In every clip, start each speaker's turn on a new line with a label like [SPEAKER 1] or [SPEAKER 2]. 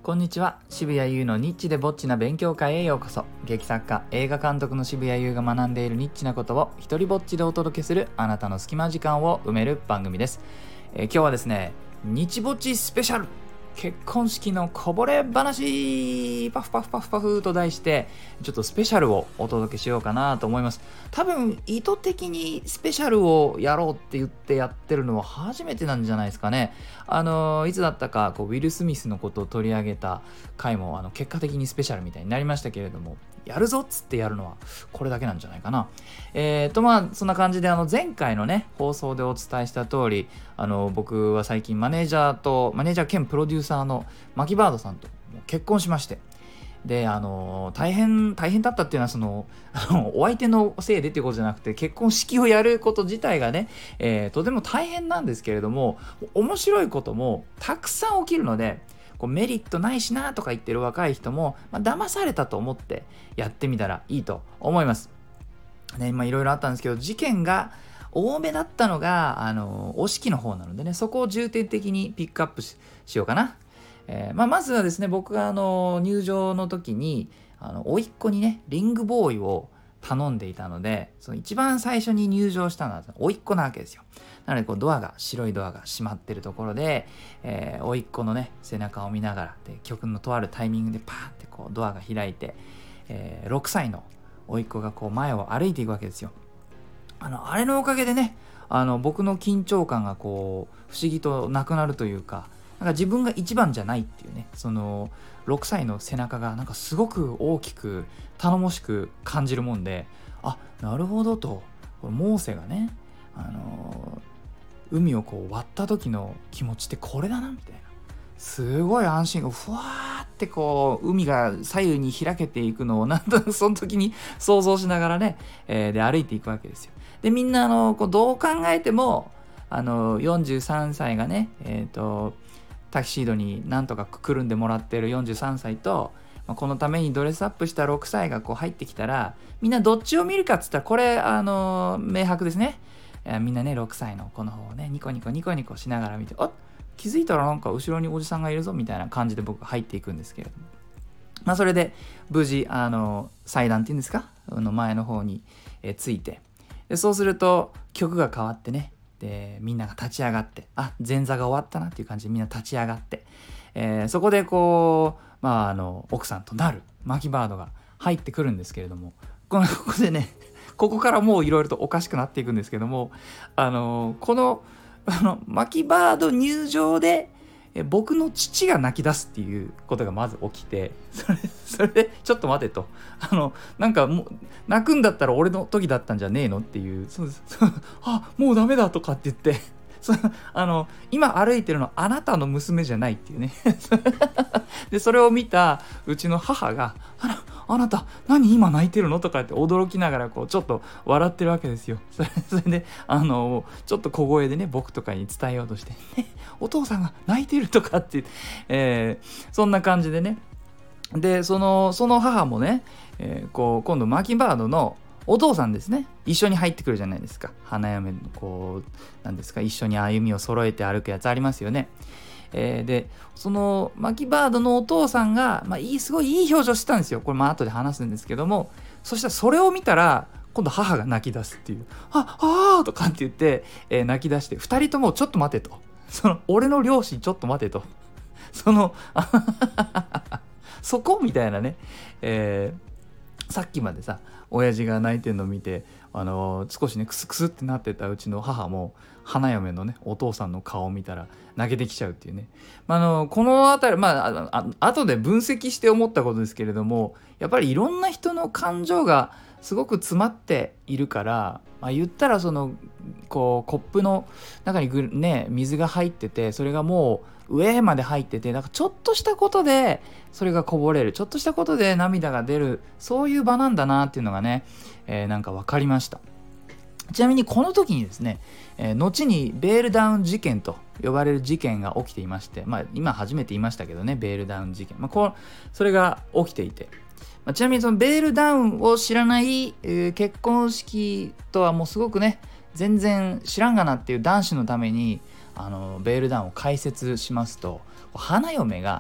[SPEAKER 1] こんにちは。渋谷優のニッチでぼっちな勉強会へようこそ。劇作家、映画監督の渋谷優が学んでいるニッチなことを一人ぼっちでお届けするあなたの隙間時間を埋める番組です。今日はですね、日ぼっちスペシャル結婚式のこぼれ話パフパフパフパフと題してちょっとスペシャルをお届けしようかなと思います。多分意図的にスペシャルをやろうって言ってやってるのは初めてなんじゃないですかね。いつだったかウィル・スミスのことを取り上げた回も結果的にスペシャルみたいになりましたけれども、やるぞっつってやるのはこれだけなんじゃないかな。そんな感じで前回のね放送でお伝えした通り、僕は最近マネージャー兼プロデューサーのマキバードさんと結婚しまして、で大変だったっていうのはお相手のせいでっていうことじゃなくて、結婚式をやること自体がね、とても大変なんですけれども、面白いこともたくさん起きるので、メリットないしなとか言ってる若い人も、騙されたと思ってやってみたらいいと思いますね。いろいろあったんですけど、事件が多めだったのがお式の方なのでね、そこを重点的にピックアップ しようかな。まずはですね、僕が入場の時に甥っ子にねリングボーイを頼んでいたので、その一番最初に入場したのは甥っ子なわけですよ。なので白いドアが閉まってるところで、甥っ子のね背中を見ながら、で曲のとあるタイミングでパーってドアが開いて、6歳の甥っ子が前を歩いていくわけですよ。あれのおかげでね、僕の緊張感が不思議となくなるというか、自分が一番じゃないっていうね、その6歳の背中がすごく大きく頼もしく感じるもんで、なるほどと、モーセがね、海を割った時の気持ちってこれだなみたいな、すごい安心がふわーって海が左右に開けていくのをなんとその時に想像しながらね、で歩いていくわけですよ。でみんなどう考えても43歳がね、タキシードになんとかくくるんでもらってる43歳と、このためにドレスアップした6歳が入ってきたら、みんなどっちを見るかっつったらこれ明白ですね。みんなね6歳の子の方をねニコニコしながら見て、気づいたら後ろにおじさんがいるぞみたいな感じで僕入っていくんですけれども、それで無事祭壇っていうんですか前の方に着いて、でそうすると曲が変わってね、でみんなが立ち上がって、前座が終わったなっていう感じでみんな立ち上がって、そこで奥さんとなるマキバードが入ってくるんですけれども、ここでねここからもういろいろとおかしくなっていくんですけども、マキバード入場で僕の父が泣き出すっていうことがまず起きて、それでちょっと待てと、もう泣くんだったら俺の時だったんじゃねえのっていう、もうダメだとかって言って今歩いてるのあなたの娘じゃないっていうねでそれを見たうちの母があなた何今泣いてるのとかって驚きながらちょっと笑ってるわけですよ。それでちょっと小声でね僕とかに伝えようとして、お父さんが泣いてるとかって、そんな感じでね、でその母もね、今度マキバードのお父さんですね、一緒に入ってくるじゃないですか。花嫁のなんですか、一緒に歩みを揃えて歩くやつありますよね。でそのマキバードのお父さんが、すごいいい表情してたんですよ。これ後で話すんですけども、そしたらそれを見たら今度母が泣き出すっていう、とかって言って、泣き出して、2人ともちょっと待てと、俺の両親ちょっと待てとそこみたいなね、さっきまでさ親父が泣いてるのを見て少しねクスクスってなってたうちの母も花嫁のねお父さんの顔を見たら泣けてきちゃうっていうね、このあたり後で分析して思ったことですけれども、やっぱりいろんな人の感情がすごく詰まっているから、言ったらコップの中に水が入ってて、それがもう上まで入ってて、ちょっとしたことでそれがこぼれる、ちょっとしたことで涙が出る、そういう場なんだなっていうのがね、分かりました。ちなみにこの時にですね、後にベールダウン事件と呼ばれる事件が起きていまして、今初めて言いましたけどね、ベールダウン事件、それが起きていて、ちなみにそのベールダウンを知らない、結婚式とはもうすごくね全然知らんがなっていう男子のためにベールダウンを解説しますと、花嫁が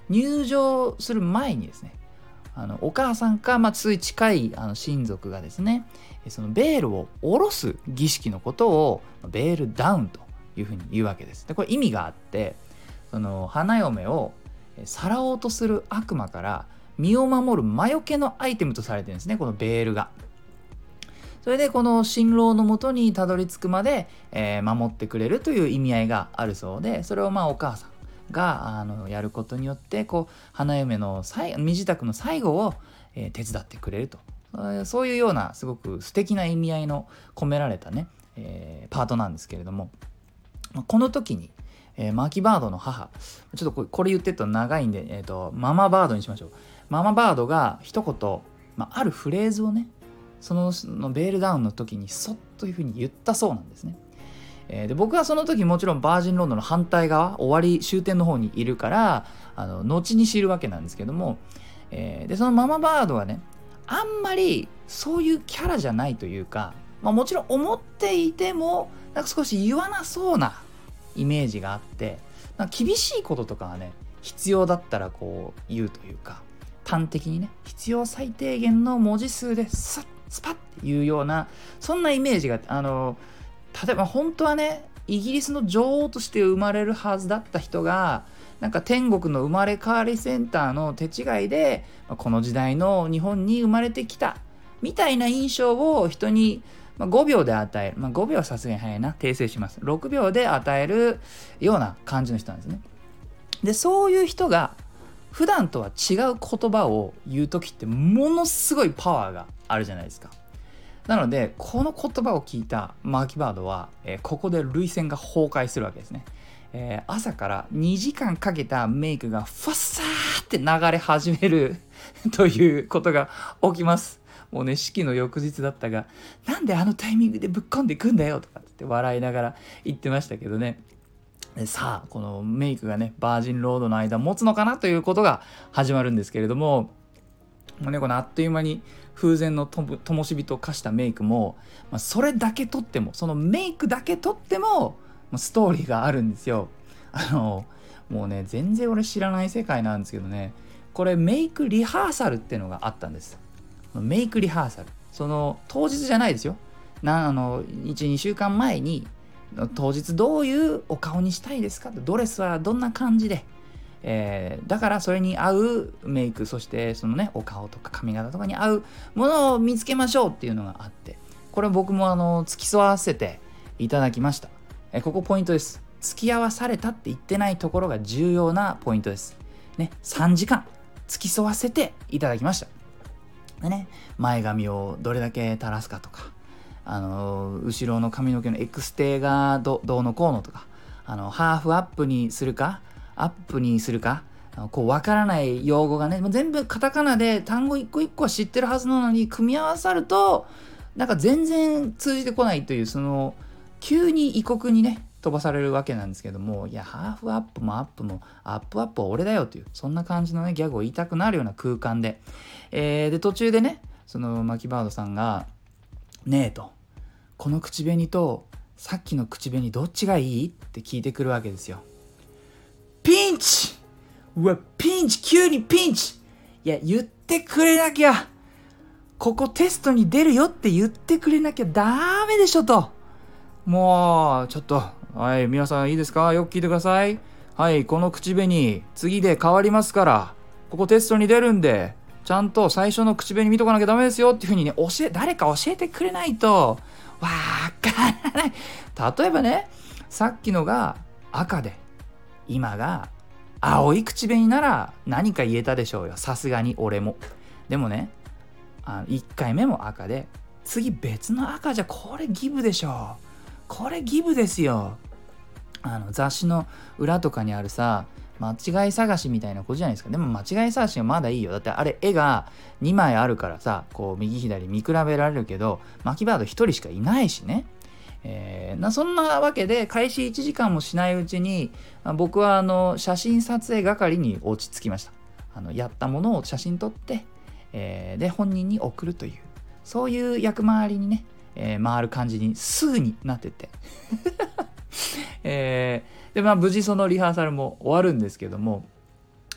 [SPEAKER 1] 入場する前にですね、お母さんか、つい近い親族がですね、そのベールを下ろす儀式のことをベールダウンというふうに言うわけです。でこれ意味があって、その花嫁をさらおうとする悪魔から身を守る魔除けのアイテムとされてるんですね、このベールが。それでこの新郎のもとにたどり着くまで、守ってくれるという意味合いがあるそうで、それをお母さんがやることによって、こう花嫁の身支度の最後を、手伝ってくれると、そういうようなすごく素敵な意味合いの込められたね、パートなんですけれども、この時に、マキバードの母、ちょっとこれ言ってると長いんで、ママバードにしましょう。ママバードが一言、あるフレーズをね、そのベールダウンの時にそっというふうに言ったそうなんですね。で僕はその時もちろんバージンロードの反対側、終点の方にいるから、後に知るわけなんですけども、でそのママバードはね、あんまりそういうキャラじゃないというか、もちろん思っていてもなんか少し言わなそうなイメージがあって、厳しいこととかはね、必要だったらこう言うというか、端的にね、必要最低限の文字数でスパッっていうような、そんなイメージが例えば本当はね、イギリスの女王として生まれるはずだった人が、なんか天国の生まれ変わりセンターの手違いでこの時代の日本に生まれてきたみたいな印象を人に5秒で与える、5秒はさすがに早いな、訂正します。6秒で与えるような感じの人なんですね。でそういう人が普段とは違う言葉を言う時ってものすごいパワーがあるじゃないですか。なのでこの言葉を聞いたマキバードは、ここで涙腺が崩壊するわけですね。朝から2時間かけたメイクがファッサーって流れ始めるということが起きます。もうね、式の翌日だったが、なんであのタイミングでぶっこんでいくんだよとかって笑いながら言ってましたけどね。さあこのメイクがね、バージンロードの間持つのかなということが始まるんですけれども、もうね、このあっという間に風前の灯火と化したメイクも、それだけ撮っても、そのメイクだけ撮ってもストーリーがあるんですよ。もうね、全然俺知らない世界なんですけどね、これメイクリハーサルっていうのがあったんです。メイクリハーサル、その当日じゃないですよ。1,2 週間前に当日どういうお顔にしたいですか、ドレスはどんな感じで、だからそれに合うメイク、そしてそのね、お顔とか髪型とかに合うものを見つけましょうっていうのがあって、これ僕も付き添わせていただきました。ここポイントです。付き合わされたって言ってないところが重要なポイントですね。3時間付き添わせていただきました。でね、前髪をどれだけ垂らすかとか、後ろの髪の毛のエクステがどうのこうのとか、ハーフアップにするかアップにするか、こう分からない用語がね、全部カタカナで単語一個一個は知ってるはずなのに、組み合わさるとなんか全然通じてこないという、その急に異国にね飛ばされるわけなんですけども、いやハーフアップもアップもアップは俺だよという、そんな感じのねギャグを言いたくなるような空間で、で途中でね、そのマキバードさんがねえと、この口紅とさっきの口紅どっちがいいって聞いてくるわけですよ。ピンチ、ピンチ、急にピンチ、いや言ってくれなきゃ、ここテストに出るよって言ってくれなきゃダメでしょと。もうちょっと、はい、皆さんいいですか、よく聞いてください。はい、この口紅次で変わりますから、ここテストに出るんでちゃんと最初の口紅見とかなきゃダメですよっていう風にね、誰か教えてくれないとわからない。例えばね、さっきのが赤で今が青い口紅なら何か言えたでしょうよ、さすがに俺も。でもね、1回目も赤で次別の赤じゃ、これギブでしょ、これギブですよ。雑誌の裏とかにあるさ、間違い探しみたいなことじゃないですか。でも間違い探しがまだいいよ。だってあれ絵が2枚あるからさ、こう右左見比べられるけど、マキバード1人しかいないしね。そんなわけで開始1時間もしないうちに、僕は写真撮影係に落ち着きました。やったものを写真撮って、で本人に送るという、そういう役回りにね、回る感じにすぐになってってで無事そのリハーサルも終わるんですけども、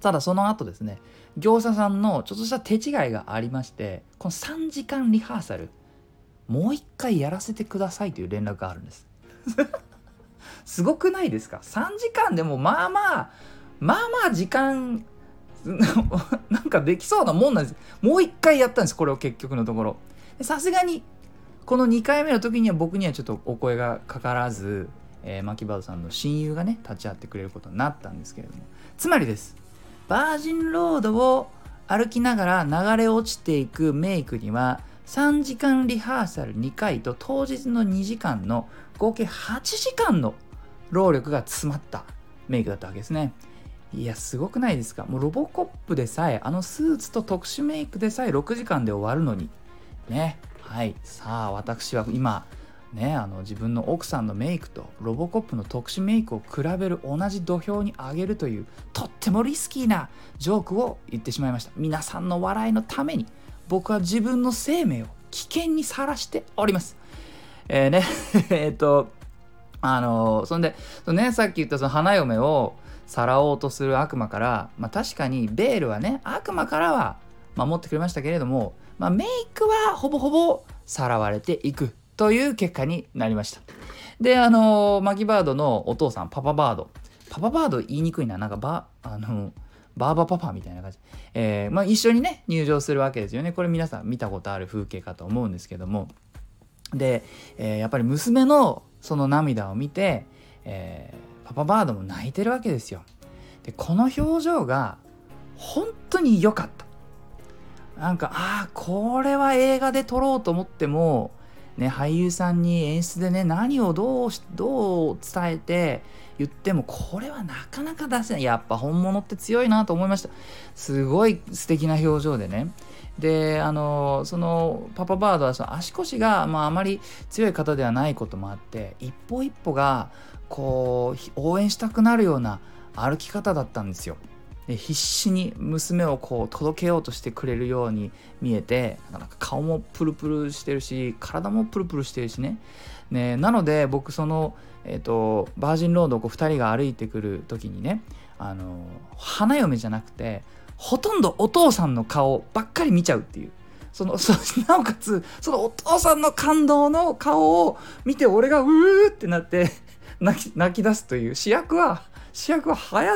[SPEAKER 1] ただその後ですね、業者さんのちょっとした手違いがありまして、この3時間リハーサルもう一回やらせてくださいという連絡があるんですすごくないですか。3時間でもまあまあ時間なんかできそうなもんなんです。もう一回やったんです、これを結局のところ。さすがにこの2回目の時には僕にはちょっとお声がかからず、マキバードさんの親友がね立ち会ってくれることになったんですけれども、つまりです、バージンロードを歩きながら流れ落ちていくメイクには3時間リハーサル2回と当日の2時間の合計8時間の労力が詰まったメイクだったわけですね。いやすごくないですか。もうロボコップでさえ、あのスーツと特殊メイクでさえ6時間で終わるのにね。はい、さあ私は今ね、自分の奥さんのメイクとロボコップの特殊メイクを比べる、同じ土俵に上げるというとってもリスキーなジョークを言ってしまいました。皆さんの笑いのために僕は自分の生命を危険にさらしております。ねそんでね、さっき言ったその花嫁をさらおうとする悪魔から、確かにベールはね悪魔からは守ってくれましたけれども、メイクはほぼほぼさらわれていくという結果になりました。でマキバードのお父さんパパバード言いにくいな、なんかバーバパパみたいな感じ、一緒にね入場するわけですよね。これ皆さん見たことある風景かと思うんですけども、で、やっぱり娘のその涙を見て、パパバードも泣いてるわけですよ。でこの表情が本当に良かった。なんかこれは映画で撮ろうと思ってもね、俳優さんに演出でね何をどう伝えて言ってもこれはなかなか出せない。やっぱ本物って強いなと思いました。すごい素敵な表情でね。でそのパパバードはその足腰が、あまり強い方ではないこともあって、一歩一歩がこう応援したくなるような歩き方だったんですよ。で必死に娘をこう届けようとしてくれるように見えて、なんか顔もプルプルしてるし体もプルプルしてるしね。なので僕その、バージンロードをこう2人が歩いてくる時にね、花嫁じゃなくてほとんどお父さんの顔ばっかり見ちゃうっていう、なおかつそのお父さんの感動の顔を見て俺がうーってなって泣き出すという。主役は花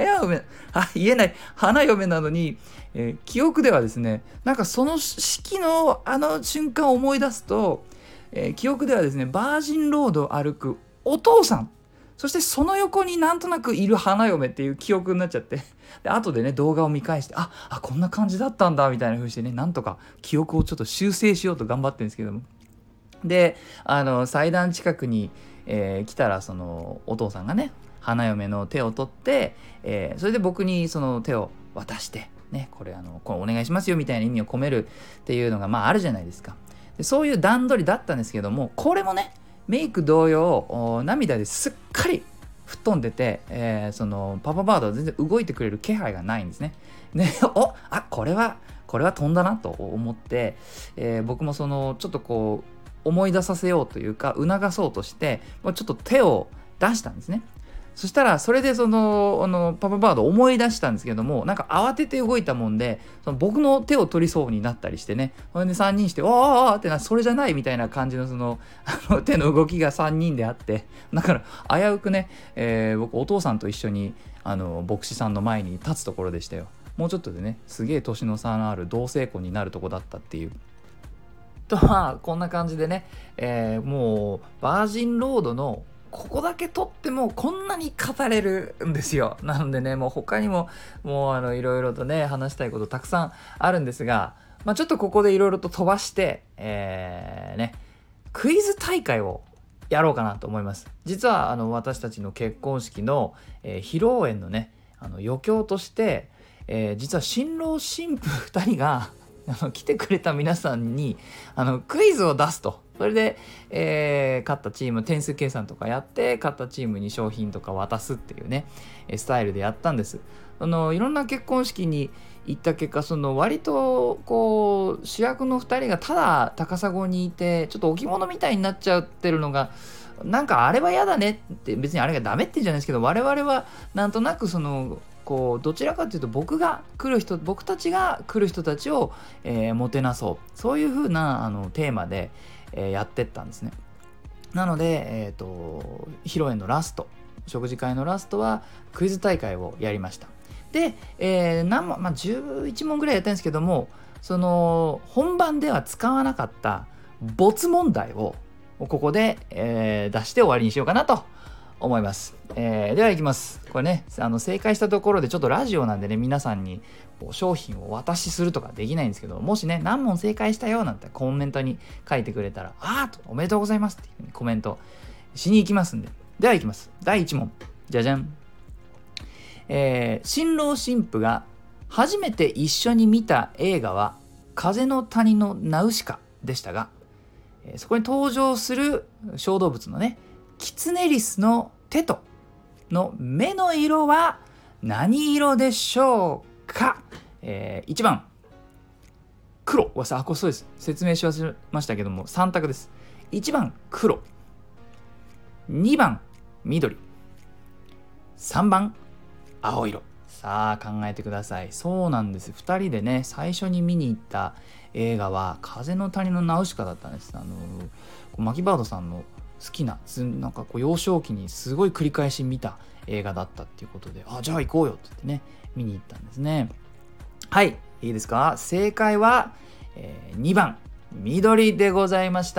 [SPEAKER 1] 嫁なのに、記憶ではですね、なんかその式のあの瞬間を思い出すと、記憶ではですね、バージンロードを歩くお父さん、そしてその横になんとなくいる花嫁っていう記憶になっちゃって、で後でね動画を見返してこんな感じだったんだみたいな風にしてね、なんとか記憶をちょっと修正しようと頑張ってるんですけども、で祭壇近くに、来たらそのお父さんがね花嫁の手を取って、それで僕にその手を渡してね、これお願いしますよみたいな意味を込めるっていうのがあるじゃないですか。でそういう段取りだったんですけども、これもねメイク同様涙ですっかり吹っ飛んでて、そのパパバードは全然動いてくれる気配がないんですね。でこれは飛んだなと思って、僕もそのちょっとこう思い出させようというか促そうとしてちょっと手を出したんですね。そしたらそれでそのパパバード思い出したんですけども、なんか慌てて動いたもんでその僕の手を取りそうになったりしてね、それで3人してってそれじゃないみたいな感じのその手の動きが3人であって、だから危うくね、僕お父さんと一緒に牧師さんの前に立つところでしたよ。もうちょっとでねすげえ年の差のある同性婚になるとこだったっていうと、こんな感じでね、もうバージンロードのここだけ撮ってもこんなに語れるんですよ。なのでね、もう他にももういろいろとね話したいことたくさんあるんですが、ちょっとここでいろいろと飛ばして、クイズ大会をやろうかなと思います。実は私たちの結婚式の、披露宴のね余興として、実は新郎新婦2人が来てくれた皆さんにクイズを出すと。それで、勝ったチーム点数計算とかやって勝ったチームに商品とか渡すっていうねスタイルでやったんです。いろんな結婚式に行った結果、割とこう主役の2人がただ高砂にいてちょっと置物みたいになっちゃってるのがなんかあれは嫌だねって、別にあれがダメってんじゃないですけど、我々はなんとなくこうどちらかというと僕たちが来る人たちを、もてなそう、そういう風なテーマで、やってったんですね。なので、披露宴のラスト、食事会のラストはクイズ大会をやりました。で、11問ぐらいやったんですけども、その本番では使わなかった没問題をここで、出して終わりにしようかなと思います。ではいきます。これね、正解したところでちょっとラジオなんでね、皆さんに商品をお渡しするとかできないんですけど、もしね、何問正解したよなんてコメントに書いてくれたら、おめでとうございますっていう風にコメントしに行きますんで。ではいきます。第1問。じゃじゃん。新郎新婦が初めて一緒に見た映画は風の谷のナウシカでしたが、そこに登場する小動物のね、キツネリスの手との目の色は何色でしょうか。1番黒。これそうです、説明し忘れましたけども3択です。1番黒、2番緑、3番青色。さあ考えてください。そうなんです。2人でね、最初に見に行った映画は風の谷のナウシカだったんです。マキバードさんの好きな、なんかこう幼少期にすごい繰り返し見た映画だったっていうことで、じゃあ行こうよって言ってね、見に行ったんですね。はい、いいですか。正解は、2番緑でございました。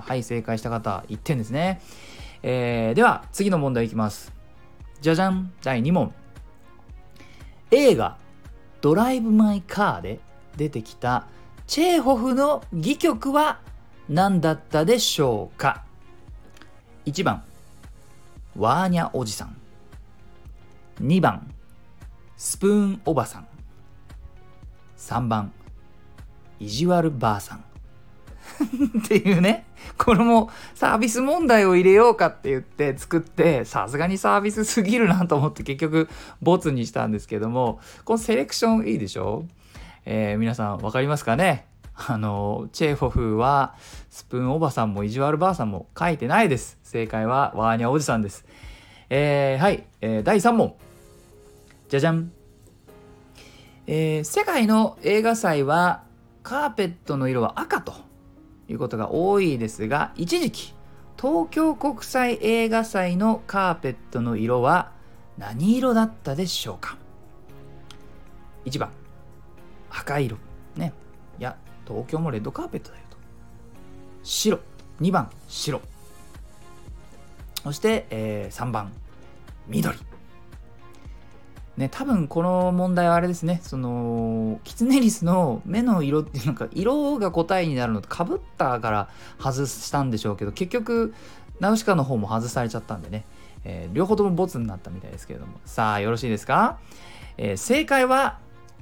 [SPEAKER 1] はい、正解した方1点ですね。では次の問題いきます。じゃじゃん。第2問。映画ドライブ・マイ・カーで出てきたチェーホフの戯曲は何だったでしょうか。1番ワーニャおじさん、2番スプーンおばさん、3番意地悪ばあさんっていうね、これもサービス問題を入れようかって言って作って、さすがにサービスすぎるなと思って結局ボツにしたんですけども、このセレクションいいでしょ。皆さん分かりますかね。チェーホフはスプーンおばさんも意地悪ばあさんも書いてないです。正解はワーニャおじさんです。はい、第3問。じゃじゃん。世界の映画祭はカーペットの色は赤ということが多いですが、一時期東京国際映画祭のカーペットの色は何色だったでしょうか。1番赤色ね、いや東京もレッドカーペットだよと。白、2番白、そして、3番緑ね。多分この問題はあれですね、そのキツネリスの目の色っていうのか、色が答えになるのとかぶったから外したんでしょうけど、結局ナウシカの方も外されちゃったんでね、両方ともボツになったみたいですけれども、さあよろしいですか。正解は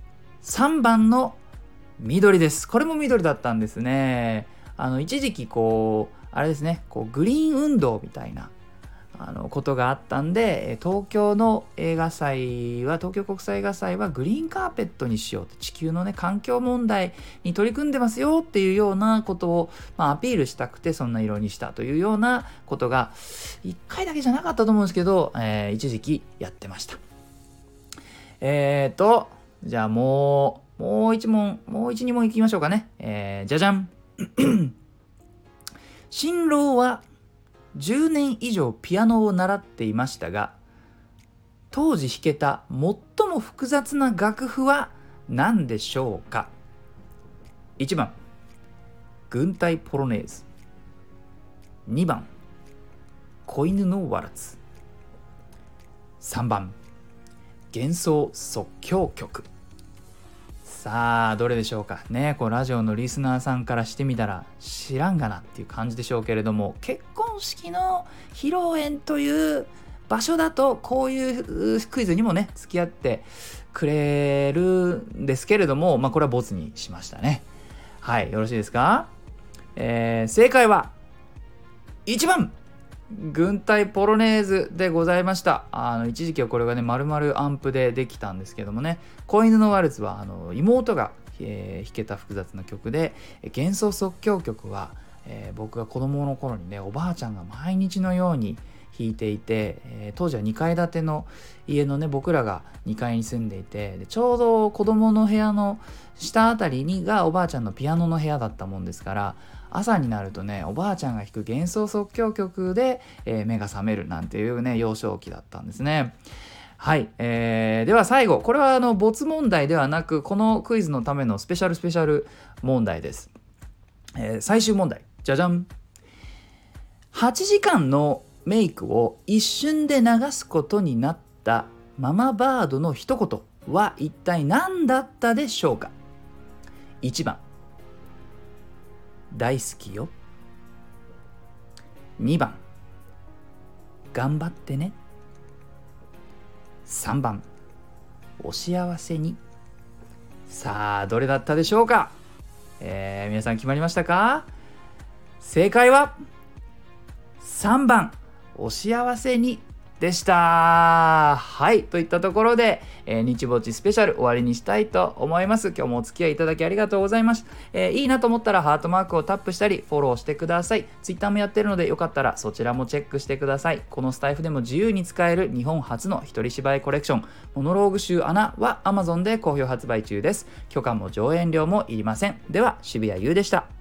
[SPEAKER 1] 3番の緑です。これも緑だったんですね。一時期こうあれですね、こうグリーン運動みたいなことがあったんで、東京の映画祭は、東京国際映画祭はグリーンカーペットにしようと、地球のね環境問題に取り組んでますよっていうようなことを、アピールしたくてそんな色にしたというようなことが1回だけじゃなかったと思うんですけど、一時期やってました。じゃあもう1問、もう1、2問いきましょうかね。じゃじゃん。新郎は10年以上ピアノを習っていましたが、当時弾けた最も複雑な楽譜は何でしょうか。1番軍隊ポロネーズ、2番子犬のワルツ、3番幻想即興曲。さあどれでしょうかね。こうラジオのリスナーさんからしてみたら知らんがなっていう感じでしょうけれども、結婚式の披露宴という場所だとこういうクイズにもね付き合ってくれるんですけれども、これはボツにしましたね。はい、よろしいですか。正解は1番軍隊ポロネーズでございました。一時期はこれがね丸々アンプでできたんですけどもね、子犬のワルツは妹が、弾けた複雑な曲で、幻想即興曲は、僕が子供の頃にねおばあちゃんが毎日のように引いていて、当時は2階建ての家のね、僕らが2階に住んでいて、でちょうど子供の部屋の下あたりにがおばあちゃんのピアノの部屋だったもんですから、朝になるとね、おばあちゃんが弾く幻想即興曲で、目が覚めるなんていうね、幼少期だったんですね。はい、では最後、これは没問題ではなく、このクイズのためのスペシャル問題です。最終問題、じゃじゃん。8時間のメイクを一瞬で流すことになったママバードの一言は一体何だったでしょうか。1番、大好きよ。2番、頑張ってね。3番、お幸せに。さあ、どれだったでしょうか。皆さん決まりましたか。正解は3番、お幸せにでした。はい、といったところで、日没スペシャル終わりにしたいと思います。今日もお付き合いいただきありがとうございました。いいなと思ったらハートマークをタップしたりフォローしてください。Twitter もやってるのでよかったらそちらもチェックしてください。このスタイフでも自由に使える日本初の一人芝居コレクションモノローグ集アナは Amazon で好評発売中です。許可も上演料もいりません。では渋谷優でした。